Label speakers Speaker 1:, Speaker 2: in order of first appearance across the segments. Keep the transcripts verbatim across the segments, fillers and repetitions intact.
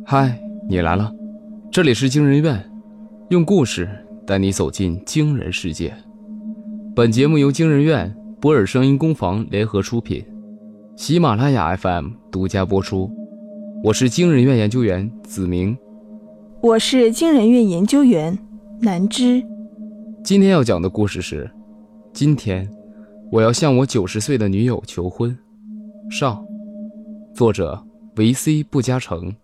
Speaker 1: 嗨，你来了，这里是惊人院，用故事带你走进惊人世界。本节目由惊人院、波尔声音工坊联合出品，喜马拉雅 F M 独家播出。我是惊人院研究员子明，
Speaker 2: 我是惊人院研究员南芝。
Speaker 1: 今天要讲的故事是：今天我要向我九十岁的女友求婚。上，作者维 C 不加成。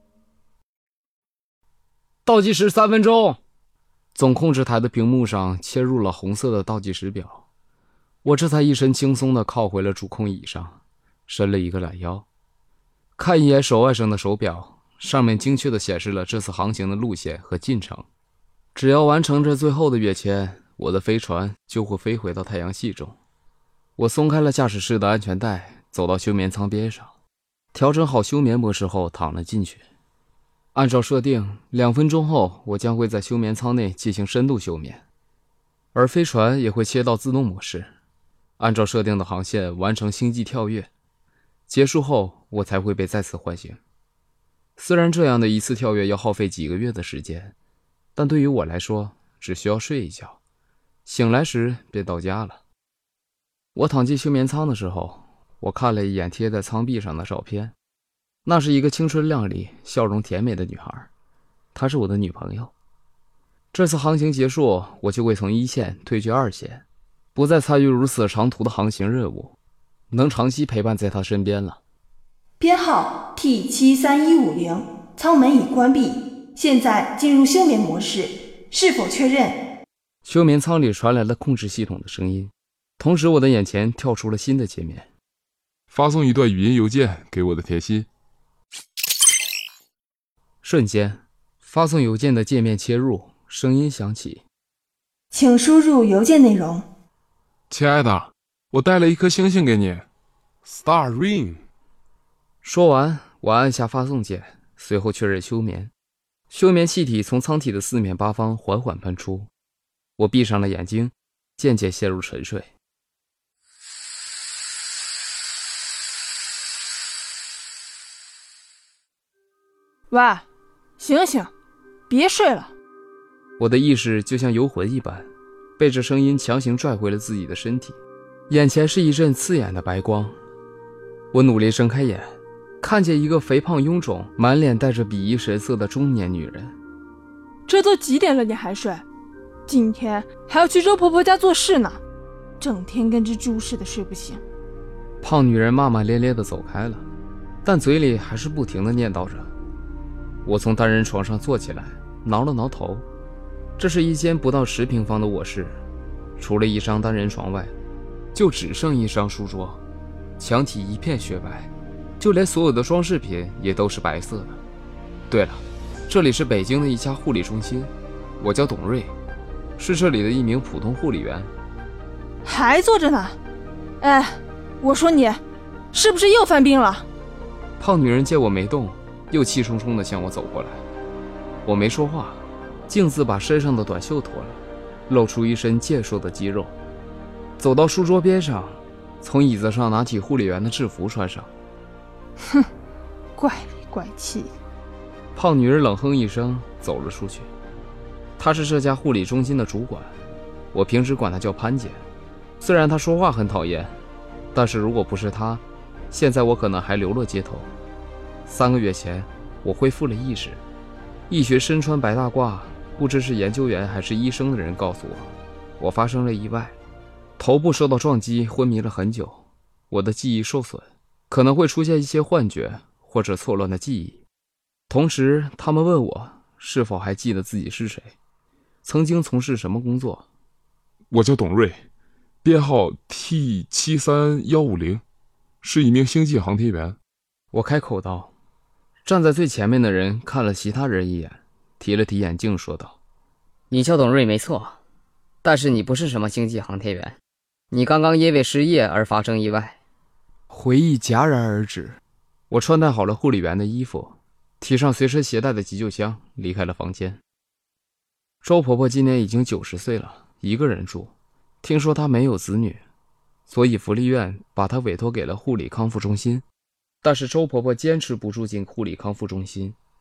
Speaker 1: 倒计时三分钟。总控制台的屏幕上切入了红色的倒计时表，我这才一身轻松地靠回了主控椅上，伸了一个懒腰，看一眼手腕上的手表，上面精确地显示了这次航行的路线和进程。只要完成这最后的跃迁，我的飞船就会飞回到太阳系中。我松开了驾驶室的安全带，走到休眠舱边上，调整好休眠模式后躺了进去。按照设定，两分钟后我将会在休眠舱内进行深度休眠，而飞船也会切到自动模式，按照设定的航线完成星际跳跃。结束后我才会被再次唤醒。虽然这样的一次跳跃要耗费几个月的时间，但对于我来说只需要睡一觉，醒来时便到家了。我躺进休眠舱的时候，我看了一眼贴在舱壁上的照片，那是一个青春靓丽、笑容甜美的女孩，她是我的女朋友。这次航行结束，我就会从一线退居二线，不再参与如此长途的航行任务，能长期陪伴在她身边了。
Speaker 2: 编号 T 七三一五零， 舱门已关闭，现在进入休眠模式，是否确认？
Speaker 1: 休眠舱里传来了控制系统的声音，同时我的眼前跳出了新的界面。
Speaker 3: 发送一段语音邮件给我的甜心。
Speaker 1: 瞬间，发送邮件的界面切入，声音响起：
Speaker 2: 请输入邮件内容。
Speaker 3: 亲爱的，我带了一颗星星给你 Star Ring。
Speaker 1: 说完，我按下发送键，随后确认休眠。休眠气体从舱体的四面八方缓缓喷出，我闭上了眼睛，渐渐陷入沉睡。
Speaker 2: 喂，醒醒，别睡了。
Speaker 1: 我的意识就像游魂一般，被这声音强行拽回了自己的身体。眼前是一阵刺眼的白光，我努力睁开眼，看见一个肥胖臃肿、满脸带着鄙夷神色的中年女人。
Speaker 2: 这都几点了你还睡？今天还要去周婆婆家做事呢，整天跟只猪似的睡不醒。
Speaker 1: 胖女人骂骂咧咧地走开了，但嘴里还是不停地念叨着。我从单人床上坐起来，挠了挠头。这是一间不到十平方的卧室，除了一张单人床外，就只剩一张书桌，墙体一片雪白，就连所有的装饰品也都是白色的。对了，这里是北京的一家护理中心，我叫董瑞，是这里的一名普通护理员。
Speaker 2: 还坐着呢？哎，我说你是不是又犯病了？
Speaker 1: 胖女人见我没动，又气冲冲地向我走过来。我没说话，径自把身上的短袖脱了，露出一身健硕的肌肉。走到书桌边上，从椅子上拿起护理员的制服穿上。
Speaker 2: 哼，怪里怪气。
Speaker 1: 胖女人冷哼一声，走了出去。她是这家护理中心的主管，我平时管她叫潘姐。虽然她说话很讨厌，但是如果不是她，现在我可能还流落街头。三个月前，我恢复了意识。一群身穿白大褂，不知是研究员还是医生的人告诉我，我发生了意外，头部受到撞击，昏迷了很久，我的记忆受损，可能会出现一些幻觉或者错乱的记忆。同时，他们问我是否还记得自己是谁，曾经从事什么工作。
Speaker 3: 我叫董瑞，编号 T 七三一五零，是一名星际航天员。
Speaker 1: 我开口道。站在最前面的人看了其他人一眼，提了提眼镜说道：
Speaker 4: 你叫董瑞没错，但是你不是什么星际航天员，你刚刚因为失业而发生意外。
Speaker 1: 回忆戛然而止，我穿戴好了护理员的衣服，提上随身携带的急救箱，离开了房间。周婆婆今年已经九十岁了，一个人住，听说她没有子女，所以福利院把她委托给了护理康复中心。但是周婆婆坚持不住进护理康复中心，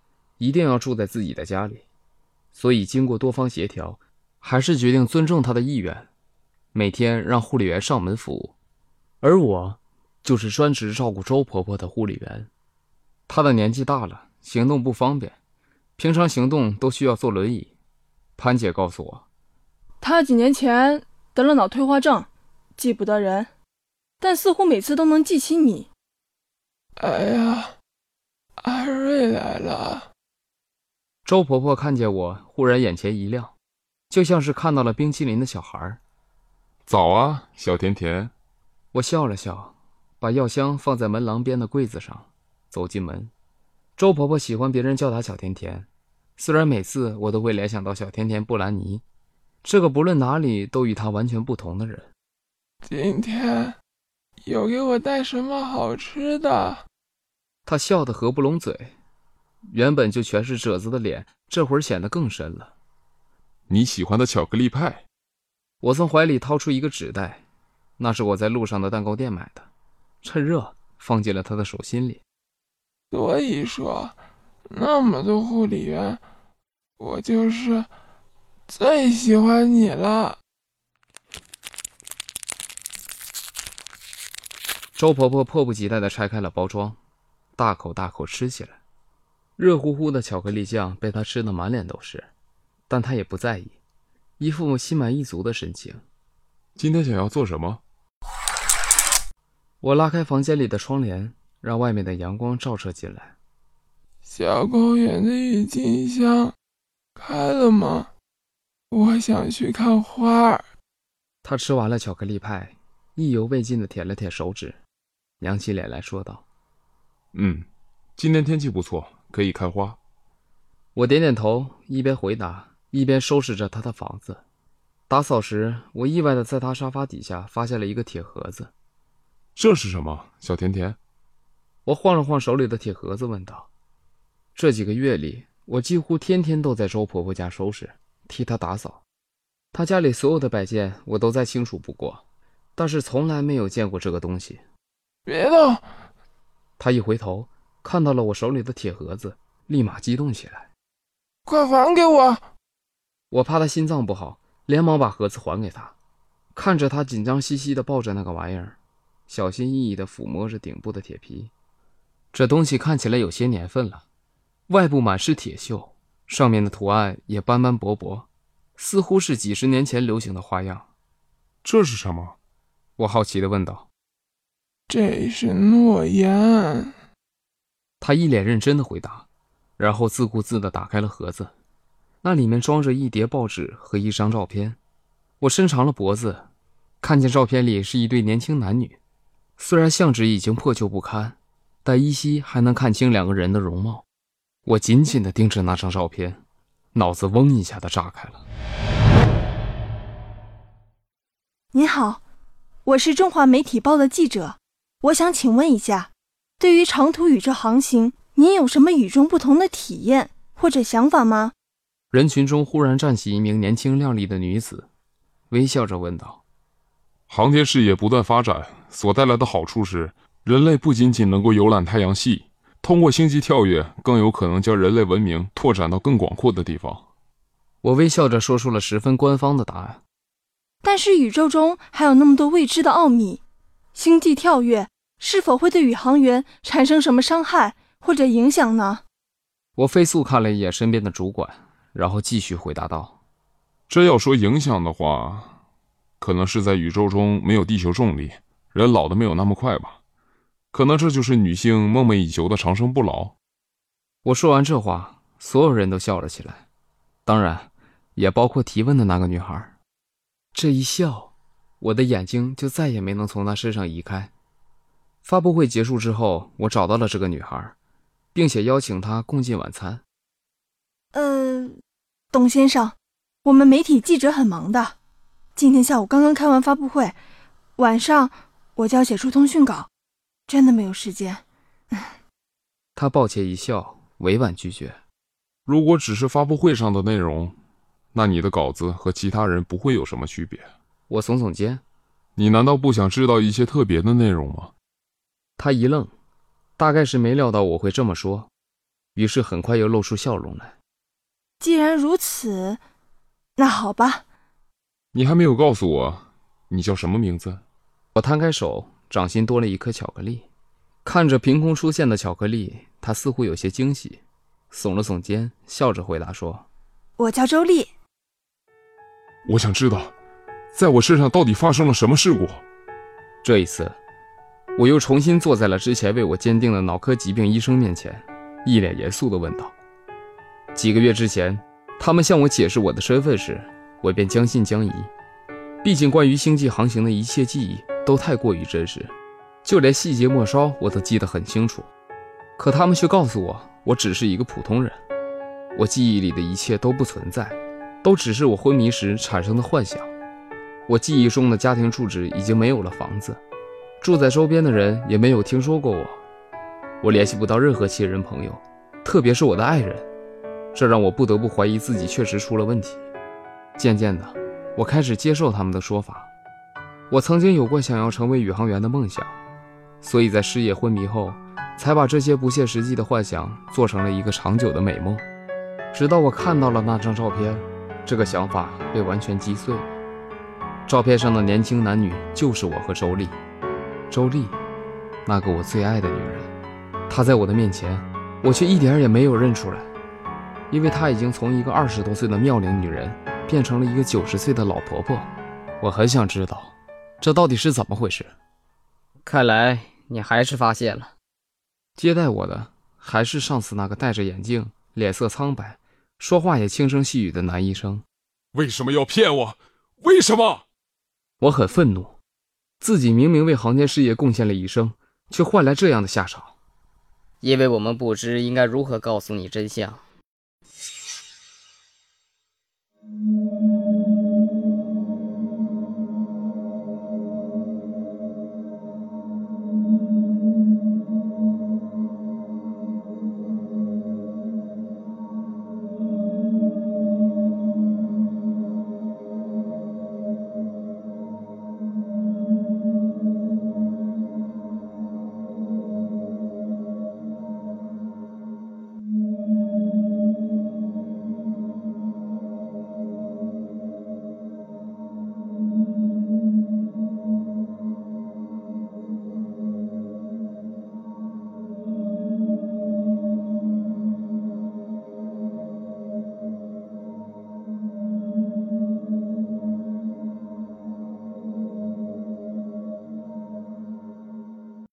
Speaker 1: 一定要住在自己的家里，所以经过多方协调，还是决定尊重他的意愿，每天让护理员上门服务，而我就是专职照顾周婆婆的护理员。她的年纪大了，行动不方便，平常行动都需要坐轮椅。潘姐告诉我，
Speaker 5: 她几年前得了脑退化症，记不得人，但似乎每次都能记起你。
Speaker 6: 哎呀，阿瑞来了。
Speaker 1: 周婆婆看见我，忽然眼前一亮，就像是看到了冰淇淋的小孩。
Speaker 3: 早啊，小甜甜。
Speaker 1: 我笑了笑，把药箱放在门廊边的柜子上，走进门。周婆婆喜欢别人叫她小甜甜，虽然每次我都会联想到小甜甜布兰妮，这个不论哪里都与她完全不同的人。
Speaker 6: 今天有给我带什么好吃的？
Speaker 1: 她笑得合不拢嘴，原本就全是褶子的脸，这会儿显得更深了。
Speaker 3: 你喜欢的巧克力派。
Speaker 1: 我从怀里掏出一个纸袋，那是我在路上的蛋糕店买的，趁热放进了她的手心里。
Speaker 6: 所以说，那么多护理员，我就是最喜欢你了。
Speaker 1: 周婆婆迫不及待地拆开了包装，大口大口吃起来。热乎乎的巧克力酱被她吃得满脸都是，但她也不在意，一副心满意足的神情。
Speaker 3: 今天想要做什么？
Speaker 1: 我拉开房间里的窗帘，让外面的阳光照射进来。
Speaker 6: 小公园的郁金香开了吗？我想去看花儿。
Speaker 1: 她吃完了巧克力派，意犹未尽地舔了舔手指，扬起脸来说道：
Speaker 3: 嗯，今天天气不错，可以看花。
Speaker 1: 我点点头，一边回答一边收拾着她的房子。打扫时，我意外地在她沙发底下发现了一个铁盒子。
Speaker 3: 这是什么，小甜甜？
Speaker 1: 我晃了晃手里的铁盒子，问道。这几个月里，我几乎天天都在周婆婆家收拾，替她打扫。她家里所有的摆件我都再清楚不过，但是从来没有见过这个东西。
Speaker 6: 别动！
Speaker 1: 她一回头，看到了我手里的铁盒子，立马激动起来。
Speaker 6: 快还给我！
Speaker 1: 我怕她心脏不好，连忙把盒子还给她。看着她紧张兮兮地抱着那个玩意儿，小心翼翼地抚摸着顶部的铁皮。这东西看起来有些年份了，外部满是铁锈，上面的图案也斑斑驳驳，似乎是几十年前流行的花样。
Speaker 3: 这是什么？
Speaker 1: 我好奇地问道。
Speaker 6: 这是诺言。
Speaker 1: 他一脸认真地回答，然后自顾自地打开了盒子，那里面装着一叠报纸和一张照片。我伸长了脖子，看见照片里是一对年轻男女，虽然相纸已经破旧不堪，但依稀还能看清两个人的容貌。我紧紧地盯着那张照片，脑子嗡一下地炸开了。
Speaker 2: 您好，我是中华媒体报的记者，我想请问一下，对于长途宇宙航行，您有什么与众不同的体验或者想法吗？
Speaker 1: 人群中忽然站起一名年轻靓丽的女子，微笑着问道。
Speaker 3: 航天事业不断发展所带来的好处是，人类不仅仅能够游览太阳系，通过星际跳跃更有可能将人类文明拓展到更广阔的地方。
Speaker 1: 我微笑着说出了十分官方的答案。
Speaker 2: 但是宇宙中还有那么多未知的奥秘，星际跳跃是否会对宇航员产生什么伤害或者影响呢？
Speaker 1: 我飞速看了一眼身边的主管，然后继续回答道：
Speaker 3: 这要说影响的话，可能是在宇宙中没有地球重力，人老的没有那么快吧。可能这就是女性梦寐以求的长生不老。
Speaker 1: 我说完这话，所有人都笑了起来，当然也包括提问的那个女孩。这一笑，我的眼睛就再也没能从她身上移开。发布会结束之后，我找到了这个女孩，并且邀请她共进晚餐。
Speaker 2: 呃，董先生，我们媒体记者很忙的，今天下午刚刚开完发布会，晚上我就要写出通讯稿，真的没有时间。
Speaker 1: 她抱歉一笑，委婉拒绝。
Speaker 3: 如果只是发布会上的内容，那你的稿子和其他人不会有什么区别。
Speaker 1: 我耸耸肩。
Speaker 3: 你难道不想知道一些特别的内容吗？
Speaker 1: 他一愣，大概是没料到我会这么说。 于是很快又露出笑容来。
Speaker 2: 既然如此，那好吧。
Speaker 3: 你还没有告诉我，你叫什么名字？
Speaker 1: 我摊开手，掌心多了一颗巧克力。看着凭空出现的巧克力，他似乎有些惊喜，耸了耸肩，笑着回答说：
Speaker 2: 我叫周丽。
Speaker 3: 我想知道，在我身上到底发生了什么事故。
Speaker 1: 这一次，我又重新坐在了之前为我鉴定的脑科疾病医生面前，一脸严肃地问道。几个月之前，他们向我解释我的身份时，我便将信将疑。毕竟关于星际航行的一切记忆都太过于真实，就连细节末梢我都记得很清楚。可他们却告诉我，我只是一个普通人，我记忆里的一切都不存在，都只是我昏迷时产生的幻想。我记忆中的家庭住址已经没有了房子，住在周边的人也没有听说过我，我联系不到任何亲人朋友，特别是我的爱人，这让我不得不怀疑自己确实出了问题。渐渐的，我开始接受他们的说法。我曾经有过想要成为宇航员的梦想，所以在失业昏迷后，才把这些不切实际的幻想做成了一个长久的美梦。直到我看到了那张照片，这个想法被完全击碎了。照片上的年轻男女就是我和周丽。周丽，那个我最爱的女人，她在我的面前，我却一点也没有认出来，因为她已经从一个二十多岁的妙龄女人变成了一个九十岁的老婆婆。我很想知道，这到底是怎么回事。
Speaker 4: 看来你还是发现了。
Speaker 1: 接待我的还是上次那个戴着眼镜、脸色苍白、说话也轻声细语的男医生。
Speaker 3: 为什么要骗我？为什么？
Speaker 1: 我很愤怒，自己明明为航天事业贡献了一生，却换来这样的下场。
Speaker 4: 因为我们不知应该如何告诉你真相。